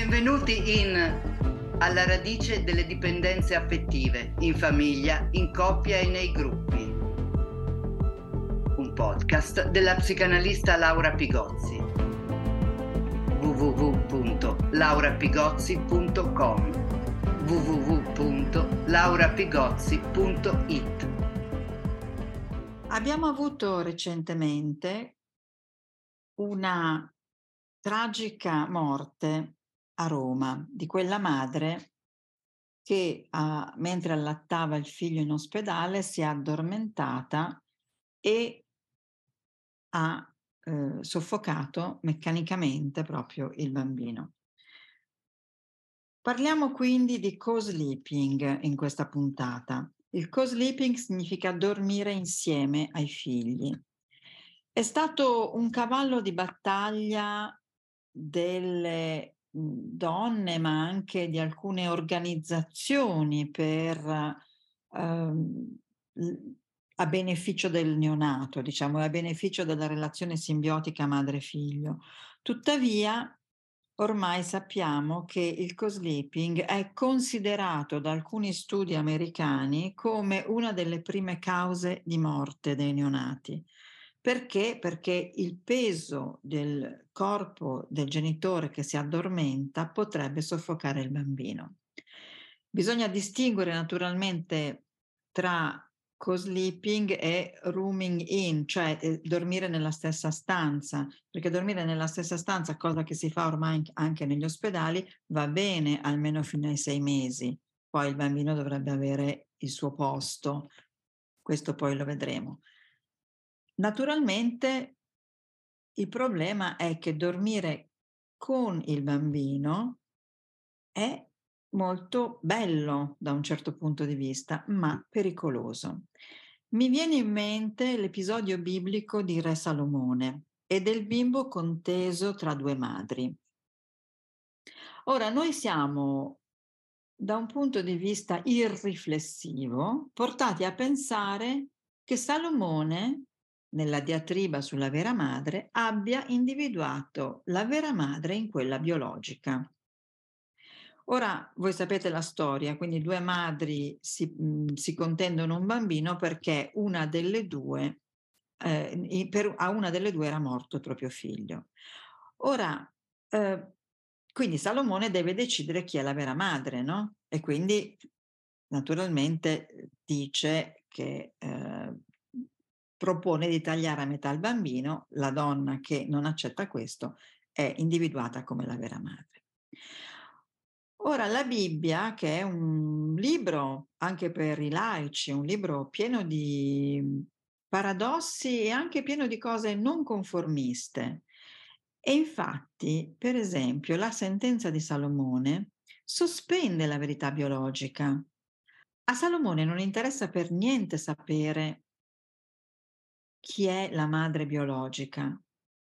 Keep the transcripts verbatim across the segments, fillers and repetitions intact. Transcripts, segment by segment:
Benvenuti in Alla radice delle dipendenze affettive, in famiglia, in coppia e nei gruppi. Un podcast della psicanalista Laura Pigozzi. w w w punto laura pigozzi punto com w w w punto laura pigozzi punto i t. Abbiamo avuto recentemente una tragica morte a Roma di quella madre che ah, mentre allattava il figlio in ospedale si è addormentata e ha eh, soffocato meccanicamente proprio il bambino. Parliamo quindi di co-sleeping in questa puntata. Il co-sleeping significa dormire insieme ai figli. È stato un cavallo di battaglia delle donne, ma anche di alcune organizzazioni per, ehm, a beneficio del neonato, diciamo, a beneficio della relazione simbiotica madre-figlio. Tuttavia, ormai sappiamo che il co-sleeping è considerato da alcuni studi americani come una delle prime cause di morte dei neonati. Perché? Perché il peso del corpo del genitore che si addormenta potrebbe soffocare il bambino. Bisogna distinguere naturalmente tra co-sleeping e rooming in, cioè eh, dormire nella stessa stanza, perché dormire nella stessa stanza, cosa che si fa ormai anche negli ospedali, va bene almeno fino ai sei mesi, poi il bambino dovrebbe avere il suo posto, questo poi lo vedremo. Naturalmente il problema è che dormire con il bambino è molto bello da un certo punto di vista, ma pericoloso. Mi viene in mente l'episodio biblico di Re Salomone e del bimbo conteso tra due madri. Ora, noi siamo, da un punto di vista irriflessivo, portati a pensare che Salomone, nella diatriba sulla vera madre, abbia individuato la vera madre in quella biologica. Ora voi sapete la storia, quindi due madri si, mh, si contendono un bambino perché una delle due, eh, per, a una delle due era morto il proprio figlio. Ora, eh, quindi Salomone deve decidere chi è la vera madre, no? E quindi naturalmente dice che eh, propone di tagliare a metà il bambino, la donna che non accetta questo è individuata come la vera madre. Ora, la Bibbia, che è un libro anche per i laici, un libro pieno di paradossi e anche pieno di cose non conformiste. E infatti, per esempio, la sentenza di Salomone sospende la verità biologica. A Salomone non interessa per niente sapere chi è la madre biologica.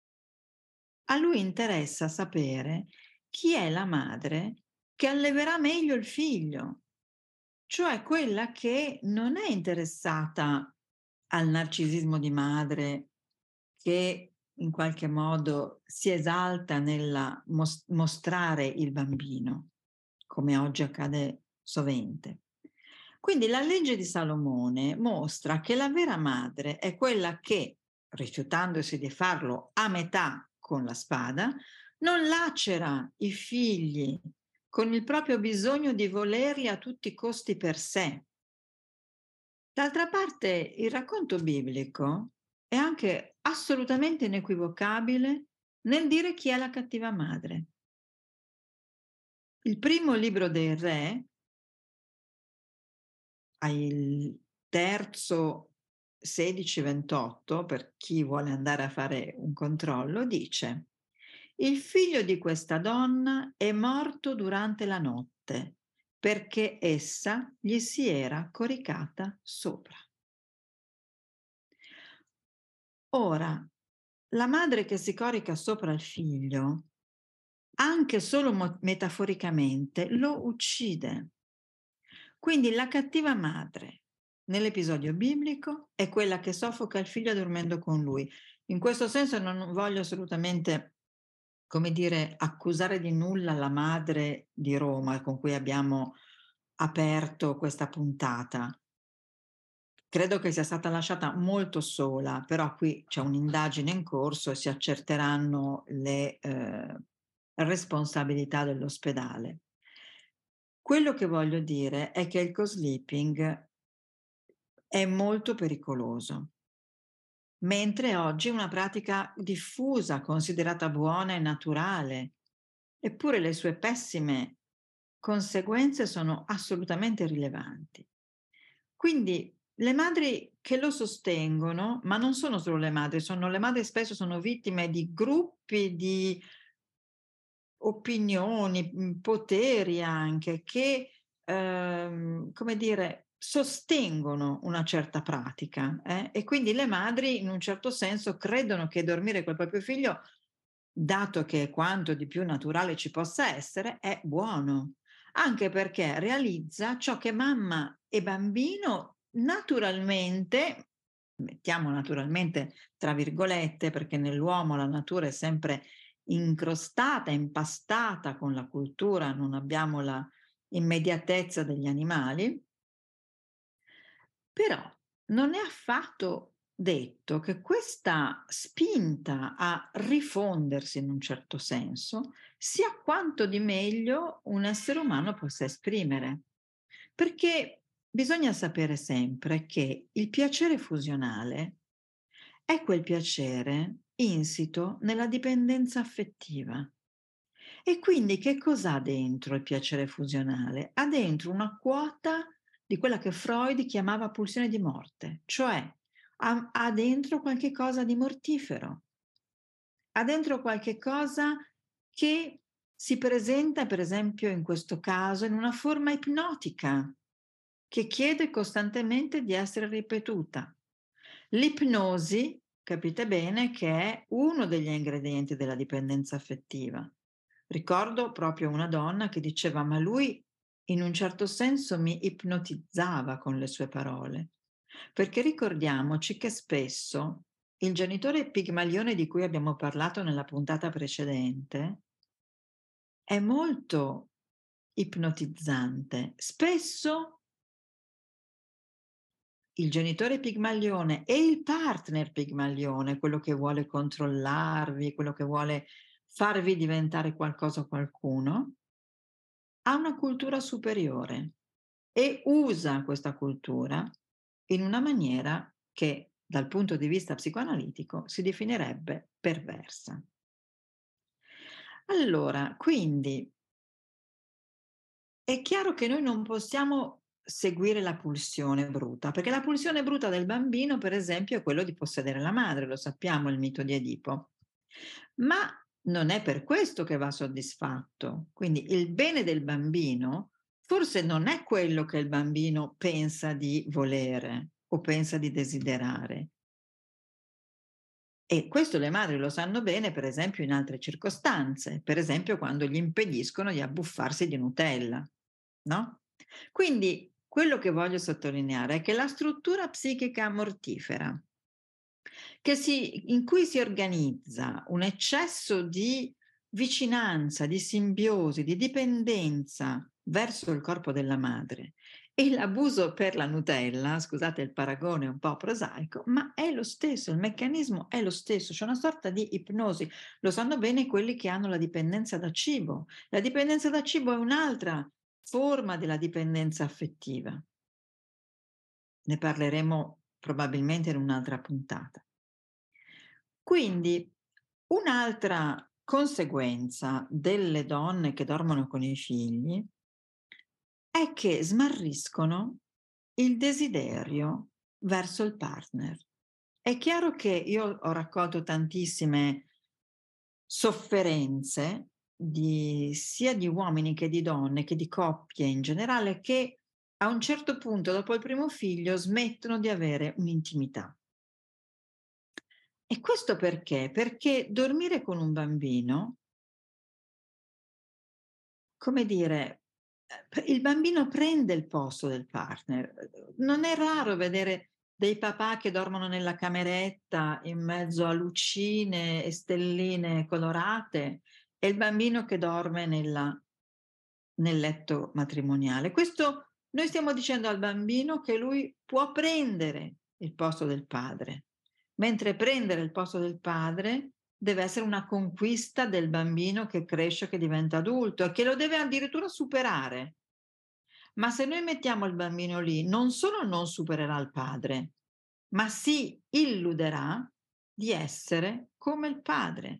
A lui interessa sapere chi è la madre che alleverà meglio il figlio, cioè quella che non è interessata al narcisismo di madre che in qualche modo si esalta nel mos- mostrare il bambino, come oggi accade sovente. Quindi la legge di Salomone mostra che la vera madre è quella che, rifiutandosi di farlo a metà con la spada, non lacera i figli con il proprio bisogno di volerli a tutti i costi per sé. D'altra parte, il racconto biblico è anche assolutamente inequivocabile nel dire chi è la cattiva madre. Il primo libro dei re, il terzo sedici ventotto, per chi vuole andare a fare un controllo, dice: il figlio di questa donna è morto durante la notte perché essa gli si era coricata sopra. Ora, la madre che si corica sopra il figlio, anche solo mo- metaforicamente, lo uccide. Quindi la cattiva madre nell'episodio biblico è quella che soffoca il figlio dormendo con lui. In questo senso non voglio assolutamente come dire, accusare di nulla la madre di Roma con cui abbiamo aperto questa puntata. Credo che sia stata lasciata molto sola, però qui c'è un'indagine in corso e si accerteranno le eh, responsabilità dell'ospedale. Quello che voglio dire è che il co-sleeping è molto pericoloso, mentre oggi è una pratica diffusa, considerata buona e naturale, eppure le sue pessime conseguenze sono assolutamente rilevanti. Quindi le madri che lo sostengono, ma non sono solo le madri, sono le madri spesso sono vittime di gruppi di opinioni, mhmm, poteri anche che, ehm, come dire, sostengono una certa pratica, eh, e quindi le madri in un certo senso credono che dormire col proprio figlio, dato che quanto di più naturale ci possa essere, è buono, anche perché realizza ciò che mamma e bambino naturalmente, mettiamo naturalmente tra virgolette, perché nell'uomo la natura è sempre incrostata, impastata con la cultura, non abbiamo la immediatezza degli animali, però non è affatto detto che questa spinta a rifondersi in un certo senso sia quanto di meglio un essere umano possa esprimere. Perché bisogna sapere sempre che il piacere fusionale è quel piacere insito nella dipendenza affettiva. E quindi che cos'ha dentro il piacere fusionale? Ha dentro una quota di quella che Freud chiamava pulsione di morte, cioè ha, ha dentro qualche cosa di mortifero, ha dentro qualche cosa che si presenta, per esempio, in questo caso, in una forma ipnotica, che chiede costantemente di essere ripetuta. L'ipnosi, capite bene, che è uno degli ingredienti della dipendenza affettiva. Ricordo proprio una donna che diceva: "Ma lui in un certo senso mi ipnotizzava con le sue parole". Perché ricordiamoci che spesso il genitore pigmalione di cui abbiamo parlato nella puntata precedente è molto ipnotizzante. Spesso il genitore pigmalione e il partner pigmalione, quello che vuole controllarvi, quello che vuole farvi diventare qualcosa o qualcuno, ha una cultura superiore e usa questa cultura in una maniera che dal punto di vista psicoanalitico si definirebbe perversa. Allora, quindi è chiaro che noi non possiamo seguire la pulsione bruta, perché la pulsione bruta del bambino, per esempio, è quello di possedere la madre, lo sappiamo, il mito di Edipo. Ma non è per questo che va soddisfatto. Quindi il bene del bambino forse non è quello che il bambino pensa di volere o pensa di desiderare. E questo le madri lo sanno bene, per esempio, in altre circostanze, per esempio quando gli impediscono di abbuffarsi di Nutella, no? Quindi quello che voglio sottolineare è che la struttura psichica mortifera, che si, in cui si organizza un eccesso di vicinanza, di simbiosi, di dipendenza verso il corpo della madre e l'abuso per la Nutella, scusate il paragone un po' prosaico, ma è lo stesso, il meccanismo è lo stesso, c'è una sorta di ipnosi. Lo sanno bene quelli che hanno la dipendenza da cibo. La dipendenza da cibo è un'altra forma della dipendenza affettiva. Ne parleremo probabilmente in un'altra puntata. Quindi un'altra conseguenza delle donne che dormono con i figli è che smarriscono il desiderio verso il partner. È chiaro che io ho raccolto tantissime sofferenze di sia di uomini che di donne, che di coppie in generale, che a un certo punto, dopo il primo figlio, smettono di avere un'intimità. E questo perché? Perché dormire con un bambino, come dire, ehm, p il bambino prende il posto del partner. Uhm, non è raro vedere dei papà che dormono nella cameretta in mezzo a lucine e stelline colorate e il bambino che dorme nella nel letto matrimoniale. Questo noi stiamo dicendo al bambino che lui può prendere il posto del padre, mentre prendere il posto del padre deve essere una conquista del bambino che cresce, che diventa adulto e che lo deve addirittura superare. Ma se noi mettiamo il bambino lì, non solo non supererà il padre, ma si illuderà di essere come il padre.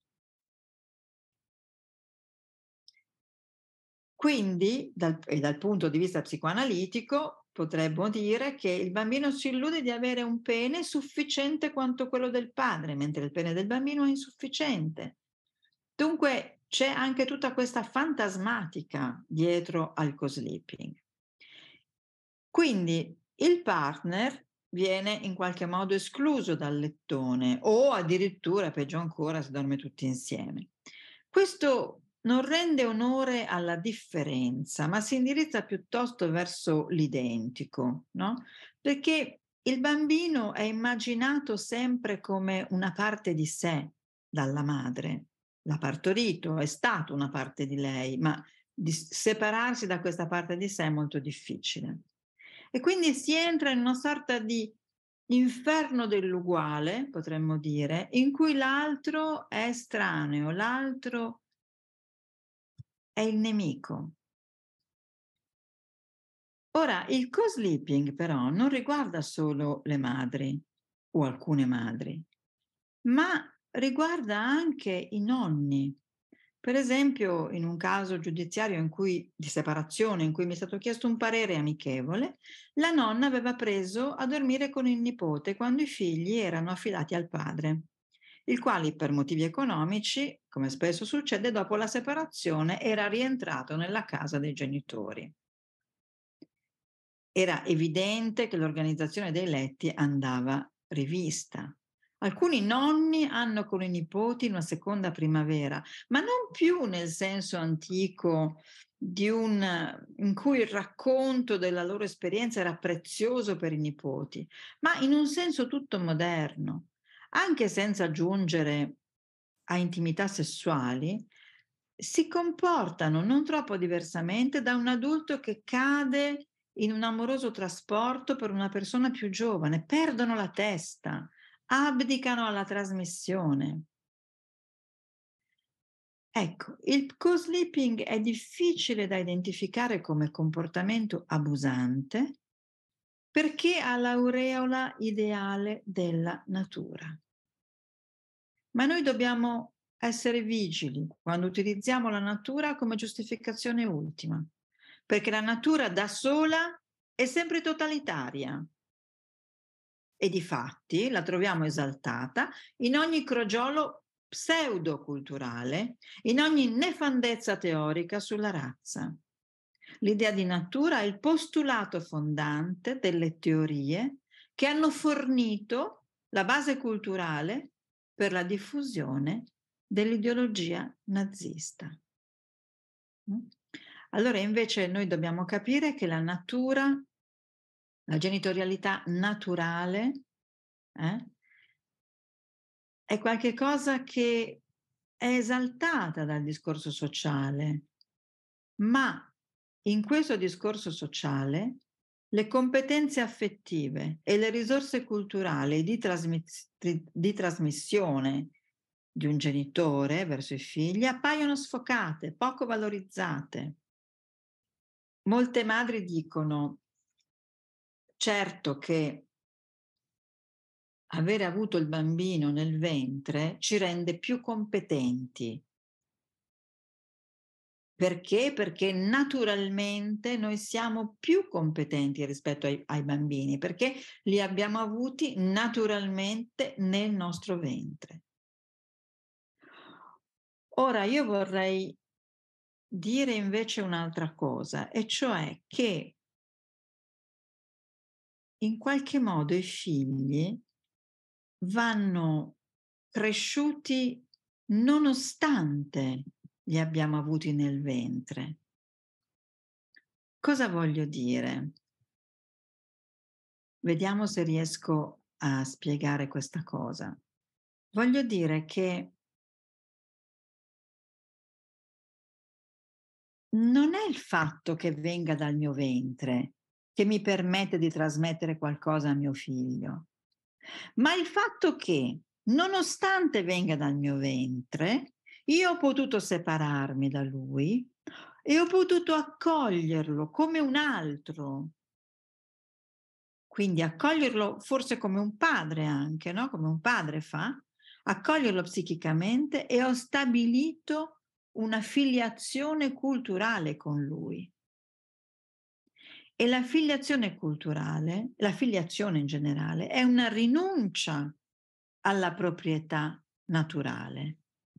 Quindi, dal, e dal punto di vista psicoanalitico, potremmo dire che il bambino si illude di avere un pene sufficiente quanto quello del padre, mentre il pene del bambino è insufficiente. Dunque c'è anche tutta questa fantasmatica dietro al co-sleeping. Quindi il partner viene in qualche modo escluso dal lettone o addirittura, peggio ancora, si dorme tutti insieme. Questo non rende onore alla differenza, ma si indirizza piuttosto verso l'identico, no? Perché il bambino è immaginato sempre come una parte di sé dalla madre. L'ha partorito, è stato una parte di lei, ma di separarsi da questa parte di sé è molto difficile. E quindi si entra in una sorta di inferno dell'uguale, potremmo dire, in cui l'altro è estraneo, l'altro è il nemico. Ora, il co-sleeping però non riguarda solo le madri o alcune madri, ma riguarda anche i nonni. Per esempio, in un caso giudiziario in cui, di separazione, in cui mi è stato chiesto un parere amichevole, la nonna aveva preso a dormire con il nipote quando i figli erano affidati al padre, il quale per motivi economici, come spesso succede, dopo la separazione era rientrato nella casa dei genitori. Era evidente che l'organizzazione dei letti andava rivista. Alcuni nonni hanno con i nipoti una seconda primavera, ma non più nel senso antico di un, in cui il racconto della loro esperienza era prezioso per i nipoti, ma in un senso tutto moderno, anche senza giungere a intimità sessuali, si comportano non troppo diversamente da un adulto che cade in un amoroso trasporto per una persona più giovane, perdono la testa, abdicano alla trasmissione. Ecco, il co-sleeping è difficile da identificare come comportamento abusante perché ha l'aureola ideale della natura. Ma noi dobbiamo essere vigili quando utilizziamo la natura come giustificazione ultima, perché la natura da sola è sempre totalitaria e difatti la troviamo esaltata in ogni crogiolo pseudoculturale, in ogni nefandezza teorica sulla razza. L'idea di natura è il postulato fondante delle teorie che hanno fornito la base culturale per la diffusione dell'ideologia nazista. Allora invece noi dobbiamo capire che la natura, la genitorialità naturale, eh, è qualche cosa che è esaltata dal discorso sociale, ma in questo discorso sociale le competenze affettive e le risorse culturali di, trasmiss- di trasmissione di un genitore verso i figli appaiono sfocate, poco valorizzate. Molte madri dicono, certo che avere avuto il bambino nel ventre ci rende più competenti. Perché? Perché naturalmente noi siamo più competenti rispetto ai, ai bambini, perché li abbiamo avuti naturalmente nel nostro ventre. Ora io vorrei dire invece un'altra cosa, e cioè che in qualche modo i figli vanno cresciuti nonostante li abbiamo avuti nel ventre. Cosa voglio dire? Vediamo se riesco a spiegare questa cosa. Voglio dire che non è il fatto che venga dal mio ventre che mi permette di trasmettere qualcosa a mio figlio, ma il fatto che, nonostante venga dal mio ventre, io ho potuto separarmi da lui e ho potuto accoglierlo come un altro. Quindi accoglierlo forse come un padre anche, no? Come un padre fa, accoglierlo psichicamente, e ho stabilito una filiazione culturale con lui. E la filiazione culturale, la filiazione in generale, è una rinuncia alla proprietà naturale.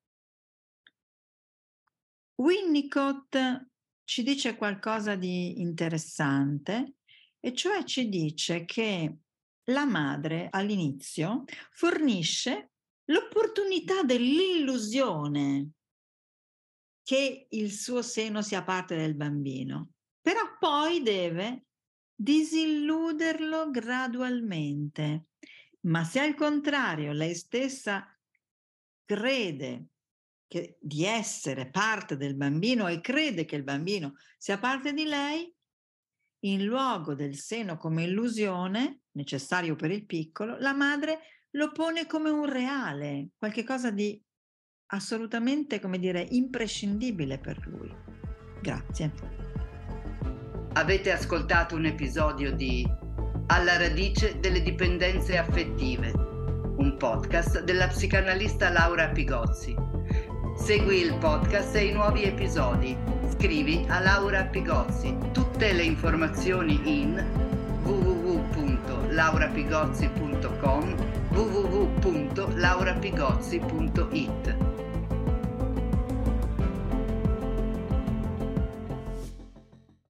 Winnicott ci dice qualcosa di interessante, e cioè ci dice che la madre all'inizio fornisce l'opportunità dell'illusione che il suo seno sia parte del bambino, però poi deve disilluderlo gradualmente. Ma se al contrario lei stessa crede che di essere parte del bambino e crede che il bambino sia parte di lei, in luogo del seno come illusione, necessario per il piccolo, la madre lo pone come un reale, qualche cosa di assolutamente, come dire, imprescindibile per lui. Grazie. Avete ascoltato un episodio di Alla radice delle dipendenze affettive, un podcast della psicanalista Laura Pigozzi. Segui il podcast e i nuovi episodi. Scrivi a Laura Pigozzi. Tutte le informazioni in w w w punto laura pigozzi punto com, w w w punto laura pigozzi punto i t.